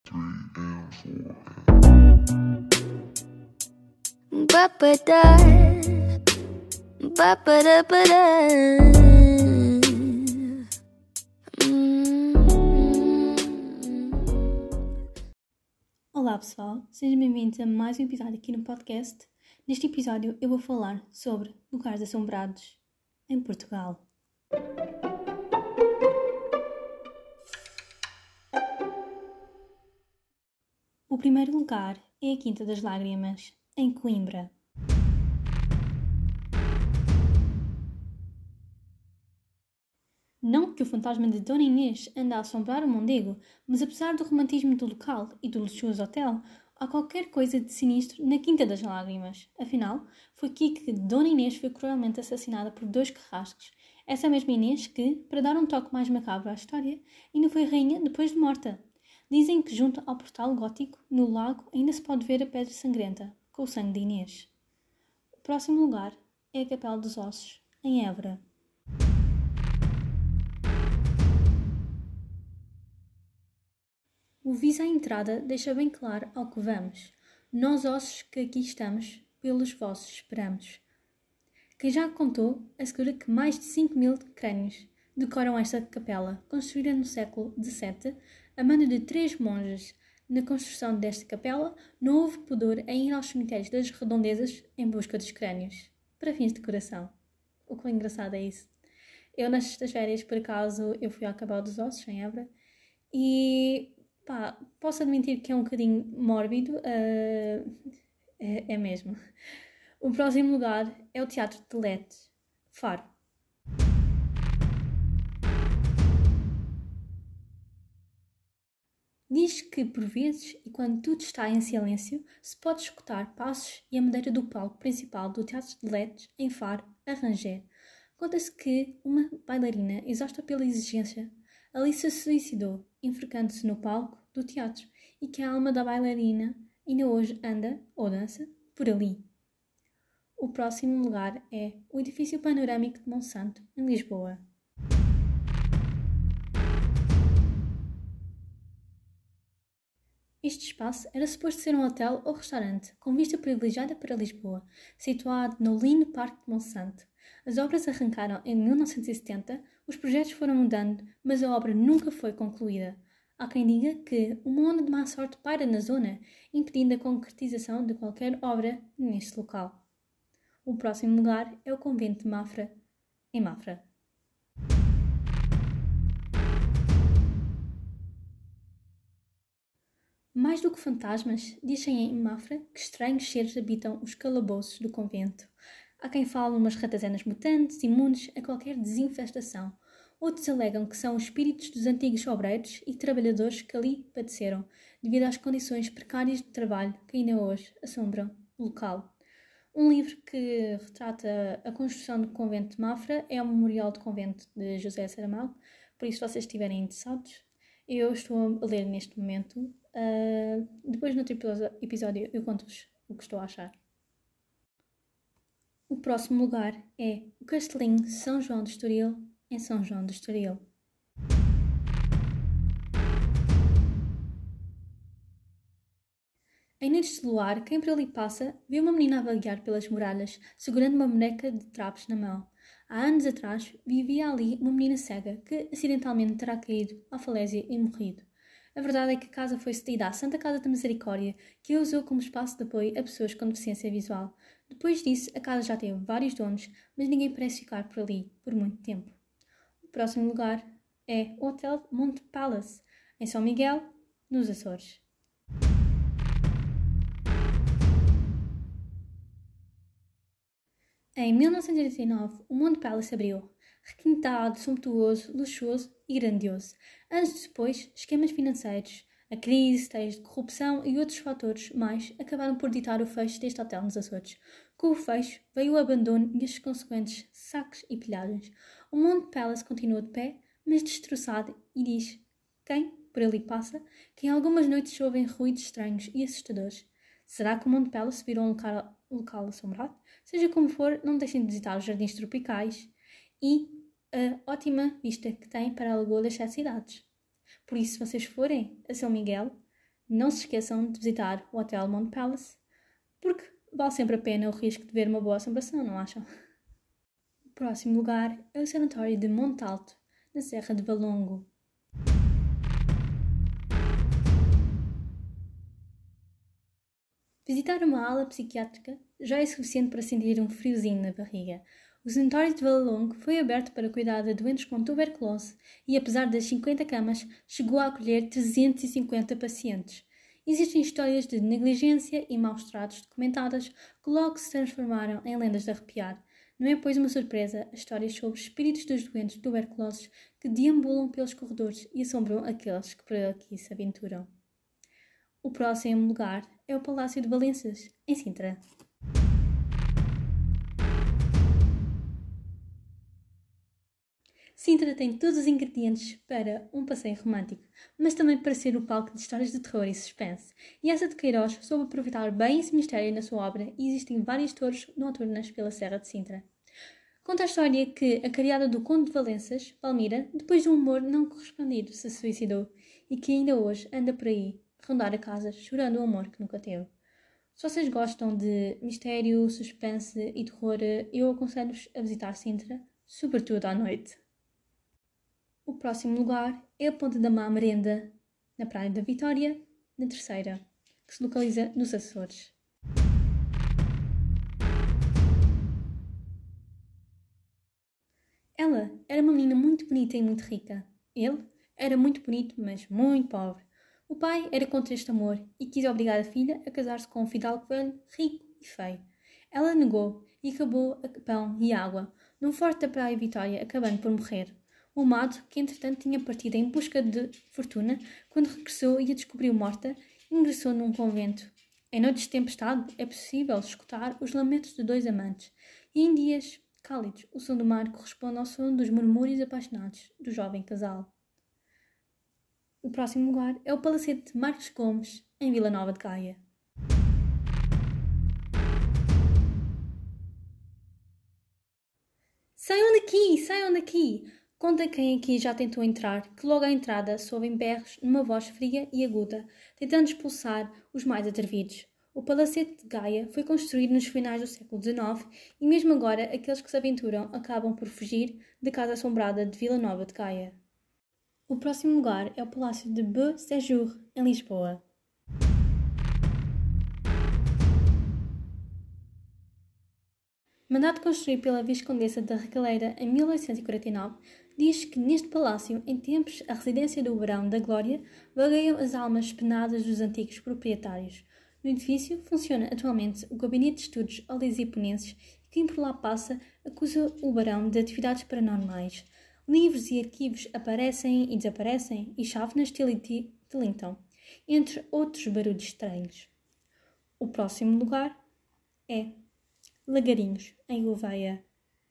Ba-ba-da, ba-ba-da-ba-da. Olá pessoal, sejam bem-vindos a mais um episódio aqui no podcast. Neste episódio eu vou falar sobre lugares assombrados em Portugal. O primeiro lugar é a Quinta das Lágrimas, em Coimbra. Não que o fantasma de Dona Inês ande a assombrar o Mondego, mas apesar do romantismo do local e do luxuoso hotel, há qualquer coisa de sinistro na Quinta das Lágrimas. Afinal, foi aqui que Dona Inês foi cruelmente assassinada por 2 carrascos. Essa mesma Inês que, para dar um toque mais macabro à história, ainda foi rainha depois de morta. Dizem que junto ao portal gótico, no lago, ainda se pode ver a pedra sangrenta, com o sangue de Inês. O próximo lugar é a Capela dos Ossos, em Évora. O aviso à entrada deixa bem claro ao que vamos. Nós ossos que aqui estamos, pelos vossos esperamos. Quem já contou assegura que mais de 5.000 crânios decoram esta capela, construída no século XVII, a mando de 3 monges. Na construção desta capela, não houve pudor em ir aos cemitérios das redondezas em busca dos crânios, para fins de decoração. O que é engraçado é isso. Eu, nestas férias, por acaso, eu fui à Capela dos Ossos, em Évora, e posso admitir que é um bocadinho mórbido, é mesmo. O próximo lugar é o Teatro de Letes, Faro. Diz que, por vezes, e quando tudo está em silêncio, se pode escutar passos e a madeira do palco principal do Teatro de Letes, em Faro, a ranger. Conta-se que uma bailarina, exausta pela exigência, ali se suicidou, enforcando-se no palco do teatro, e que a alma da bailarina ainda hoje anda, ou dança, por ali. O próximo lugar é o Edifício Panorâmico de Monsanto, em Lisboa. Este espaço era suposto ser um hotel ou restaurante, com vista privilegiada para Lisboa, situado no lindo Parque de Monsanto. As obras arrancaram em 1970, os projetos foram mudando, mas a obra nunca foi concluída. Há quem diga que uma onda de má sorte paira na zona, impedindo a concretização de qualquer obra neste local. O próximo lugar é o Convento de Mafra, em Mafra. Mais do que fantasmas, dizem em Mafra que estranhos seres habitam os calabouços do convento. Há quem fale umas ratazanas mutantes imunes a qualquer desinfestação. Outros alegam que são os espíritos dos antigos obreiros e trabalhadores que ali padeceram, devido às condições precárias de trabalho que ainda hoje assombram o local. Um livro que retrata a construção do convento de Mafra é o Memorial do Convento de José Saramago, por isso, se vocês estiverem interessados, eu estou a ler neste momento. Depois, no outro episódio, eu conto-vos o que estou a achar. O próximo lugar é o Castelinho São João de Estoril, em São João de Estoril. Em noites de luar, quem por ali passa vê uma menina a vaguear pelas muralhas, segurando uma boneca de trapos na mão. Há anos atrás, vivia ali uma menina cega que acidentalmente terá caído à falésia e morrido. A verdade é que a casa foi cedida à Santa Casa da Misericórdia, que a usou como espaço de apoio a pessoas com deficiência visual. Depois disso, a casa já teve vários donos, mas ninguém parece ficar por ali por muito tempo. O próximo lugar é o Hotel Monte Palace, em São Miguel, nos Açores. Em 1989, o Monte Palace abriu, requintado, sumptuoso, luxuoso e grandioso. Anos depois, esquemas financeiros, a crise, teias de corrupção e outros fatores mais acabaram por ditar o fecho deste hotel nos Açores. Com o fecho, veio o abandono e as consequentes saques e pilhagens. O Monte Palace continua de pé, mas destroçado, e diz quem, por ali passa, que em algumas noites ouvem ruídos estranhos e assustadores. Será que o Monte Palace virou um local assombrado? Seja como for, não deixem de visitar os jardins tropicais e a ótima vista que tem para a Lagoa das Sete Cidades. Por isso, se vocês forem a São Miguel, Não se esqueçam de visitar o Hotel Mont Palace, porque vale sempre a pena o risco de ver uma boa assombração, não acham? O próximo lugar é o Sanatório de Monte Alto, na Serra de Valongo. Visitar uma ala psiquiátrica já é suficiente para sentir um friozinho na barriga. O Sanatório de Valongo foi aberto para cuidar de doentes com tuberculose e, apesar das 50 camas, chegou a acolher 350 pacientes. Existem histórias de negligência e maus-tratos documentadas que logo se transformaram em lendas de arrepiar. Não é, pois, uma surpresa as histórias sobre espíritos dos doentes tuberculosos que deambulam pelos corredores e assombram aqueles que por aqui se aventuram. O próximo lugar é o Palácio de Valenças, em Sintra. Sintra tem todos os ingredientes para um passeio romântico, mas também para ser o palco de histórias de terror e suspense. E essa de Queiroz soube aproveitar bem esse mistério na sua obra e existem várias torres noturnas pela Serra de Sintra. Conta a história que a criada do Conde de Valenças, Palmira, depois de um amor não correspondido, se suicidou e que ainda hoje anda por aí, rondar a casa, chorando o amor que nunca teve. Se vocês gostam de mistério, suspense e terror, eu aconselho-vos a visitar Sintra, sobretudo à noite. O próximo lugar é a Ponta da Má Merenda, na Praia da Vitória, na Terceira, que se localiza nos Açores. Ela era uma menina muito bonita e muito rica. Ele era muito bonito, mas muito pobre. O pai era contra este amor e quis obrigar a filha a casar-se com um fidalgo velho, rico e feio. Ela negou e acabou a pão e água, num forte da Praia Vitória, acabando por morrer. O amado, que entretanto tinha partido em busca de fortuna, quando regressou e a descobriu morta, ingressou num convento. Em noites de tempestade é possível escutar os lamentos de dois amantes, e em dias cálidos o som do mar corresponde ao som dos murmúrios apaixonados do jovem casal. O próximo lugar é o Palacete de Marcos Gomes, em Vila Nova de Gaia. Saiam daqui! Saiam daqui! Conta quem aqui já tentou entrar, que logo à entrada soubem berros numa voz fria e aguda, tentando expulsar os mais atrevidos. O Palacete de Gaia foi construído nos finais do século XIX e mesmo agora aqueles que se aventuram acabam por fugir da casa assombrada de Vila Nova de Gaia. O próximo lugar é o Palácio de Beauséjour, em Lisboa. Mandado construir pela Viscondessa da Regaleira em 1849, diz que neste palácio, em tempos a residência do Barão da Glória, vagueiam as almas penadas dos antigos proprietários. No edifício funciona atualmente o Gabinete de Estudos Olesiponenses e quem por lá passa acusa o Barão de atividades paranormais. Livros e arquivos aparecem e desaparecem e chávenas tilintam, entre outros barulhos estranhos. O próximo lugar é Lagarinhos, em Gouveia.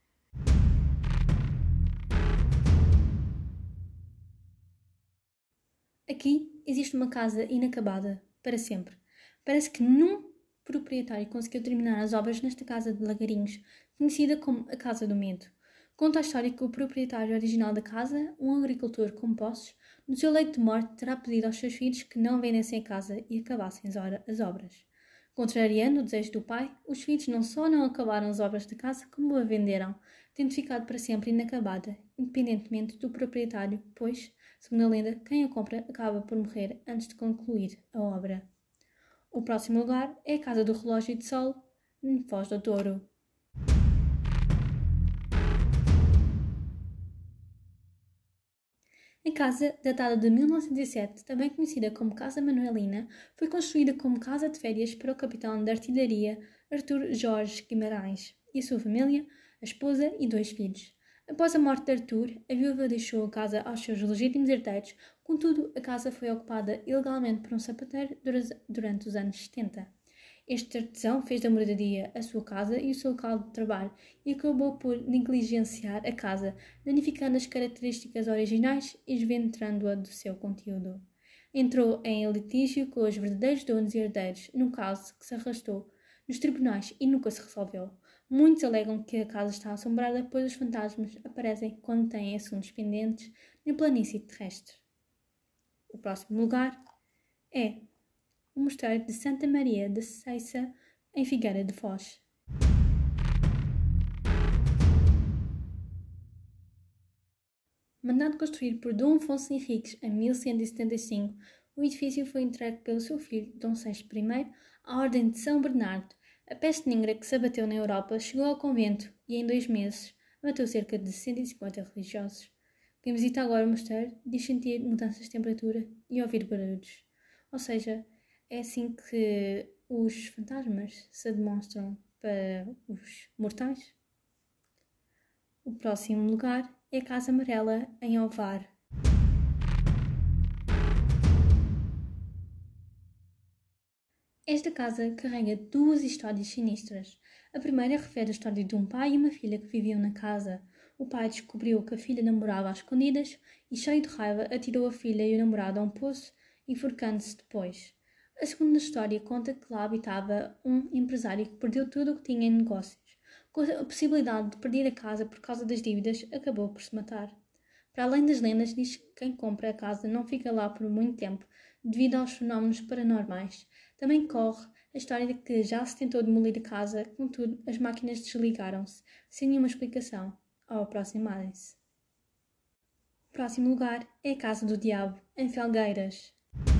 Aqui existe uma casa inacabada, para sempre. Parece que nenhum proprietário conseguiu terminar as obras nesta casa de Lagarinhos, conhecida como a Casa do Medo. Conta a história que o proprietário original da casa, um agricultor com posses, no seu leito de morte terá pedido aos seus filhos que não vendessem a casa e acabassem as obras. Contrariando o desejo do pai, os filhos não só não acabaram as obras da casa, como a venderam, tendo ficado para sempre inacabada, independentemente do proprietário, pois, segundo a lenda, quem a compra acaba por morrer antes de concluir a obra. O próximo lugar é a Casa do Relógio de Sol, em Foz do Douro. A casa, datada de 1907, também conhecida como Casa Manuelina, foi construída como casa de férias para o capitão de artilharia Arthur Jorge Guimarães e a sua família, a esposa e 2 filhos. Após a morte de Arthur, a viúva deixou a casa aos seus legítimos herdeiros, contudo, a casa foi ocupada ilegalmente por um sapateiro durante os anos 70. Este artesão fez da moradia a sua casa e o seu local de trabalho e acabou por negligenciar a casa, danificando as características originais e desventrando-a do seu conteúdo. Entrou em litígio com os verdadeiros donos e herdeiros, num caso que se arrastou nos tribunais e nunca se resolveu. Muitos alegam que a casa está assombrada, pois os fantasmas aparecem quando têm assuntos pendentes na planície terrestre. O próximo lugar é o Mosteiro de Santa Maria de Ceiça, em Figueira de Foz. Mandado construir por Dom Afonso Henriques em 1175, o edifício foi entregue pelo seu filho, Dom Sexto I, à Ordem de São Bernardo. A peste negra que se abateu na Europa chegou ao convento e, em 2 meses, matou cerca de 150 religiosos. Quem visita agora o mosteiro diz sentir mudanças de temperatura e ouvir barulhos. Ou seja, é assim que os fantasmas se demonstram para os mortais. O próximo lugar é a Casa Amarela, em Ovar. Esta casa carrega 2 histórias sinistras. A primeira refere a história de um pai e uma filha que viviam na casa. O pai descobriu que a filha namorava às escondidas e, cheio de raiva, atirou a filha e o namorado a um poço, enforcando-se depois. A segunda história conta que lá habitava um empresário que perdeu tudo o que tinha em negócios. Com a possibilidade de perder a casa por causa das dívidas, acabou por se matar. Para além das lendas, diz que quem compra a casa não fica lá por muito tempo, devido aos fenómenos paranormais. Também corre a história de que já se tentou demolir a casa, contudo, as máquinas desligaram-se, sem nenhuma explicação, ao aproximarem-se. O próximo lugar é a Casa do Diabo, em Felgueiras.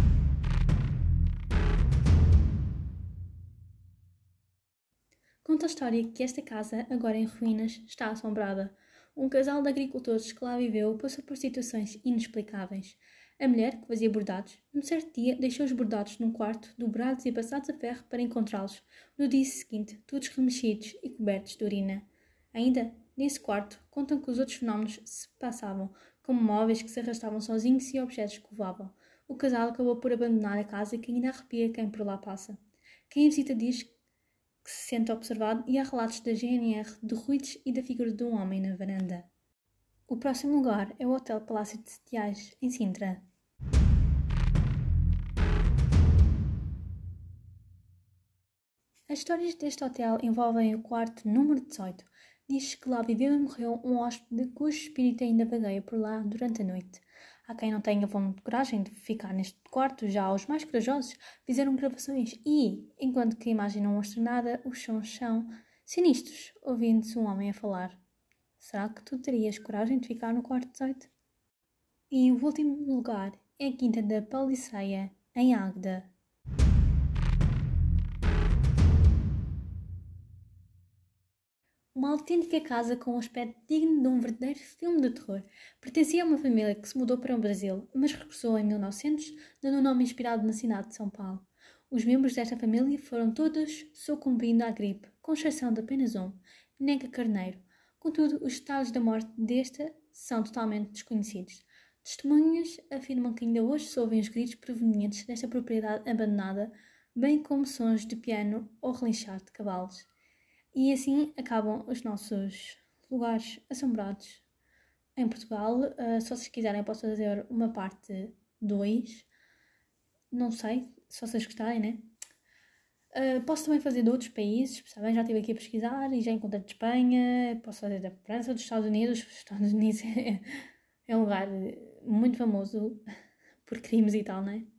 Conta a história que esta casa, agora em ruínas, está assombrada. Um casal de agricultores que lá viveu passou por situações inexplicáveis. A mulher, que fazia bordados, num certo dia deixou os bordados num quarto, dobrados e passados a ferro para encontrá-los, no dia seguinte, todos remexidos e cobertos de urina. Ainda, nesse quarto, contam que os outros fenómenos se passavam, como móveis que se arrastavam sozinhos e objetos que voavam. O casal acabou por abandonar a casa, que ainda arrepia quem por lá passa. Quem a visita diz que se sente observado e há relatos da GNR de ruídos e da figura de um homem na varanda. O próximo lugar é o Hotel Palácio de Setiais, em Sintra. As histórias deste hotel envolvem o quarto número 18. Diz-se que lá viveu e morreu um hóspede cujo espírito ainda vagueia por lá durante a noite. Há quem não tenha coragem de ficar neste quarto, já os mais corajosos fizeram gravações e, enquanto que a imagem não mostra nada, os sons são sinistros, ouvindo-se um homem a falar. Será que tu terias coragem de ficar no quarto 18? E o último lugar é a Quinta da Paliceia, em Águeda. Uma autêntica casa com um aspecto digno de um verdadeiro filme de terror. Pertencia a uma família que se mudou para o Brasil, mas regressou em 1900, dando um nome inspirado na cidade de São Paulo. Os membros desta família foram todos sucumbindo à gripe, com exceção de apenas um, Nega Carneiro. Contudo, os detalhes da morte desta são totalmente desconhecidos. Testemunhas afirmam que ainda hoje se ouvem os gritos provenientes desta propriedade abandonada, bem como sons de piano ou relinchar de cavalos. E assim acabam os nossos lugares assombrados em Portugal. Se vocês quiserem, posso fazer uma parte 2. Não sei, se vocês gostarem, né? Posso também fazer de outros países, sabem? Já estive aqui a pesquisar e já encontrei de Espanha. Posso fazer da França, dos Estados Unidos. Os Estados Unidos é um lugar muito famoso por crimes e tal, né?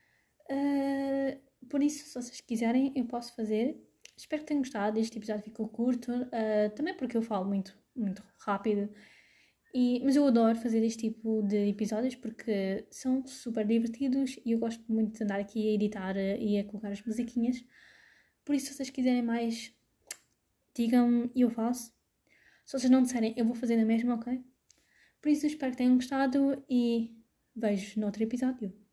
Por isso, se vocês quiserem, eu posso fazer. Espero que tenham gostado. Este episódio ficou curto, também porque eu falo muito, muito rápido. Mas eu adoro fazer este tipo de episódios porque são super divertidos e eu gosto muito de andar aqui a editar e a colocar as musiquinhas. Por isso, se vocês quiserem mais, digam e eu faço. Se vocês não disserem, eu vou fazer na mesma, ok? Por isso, espero que tenham gostado e vejo no outro episódio.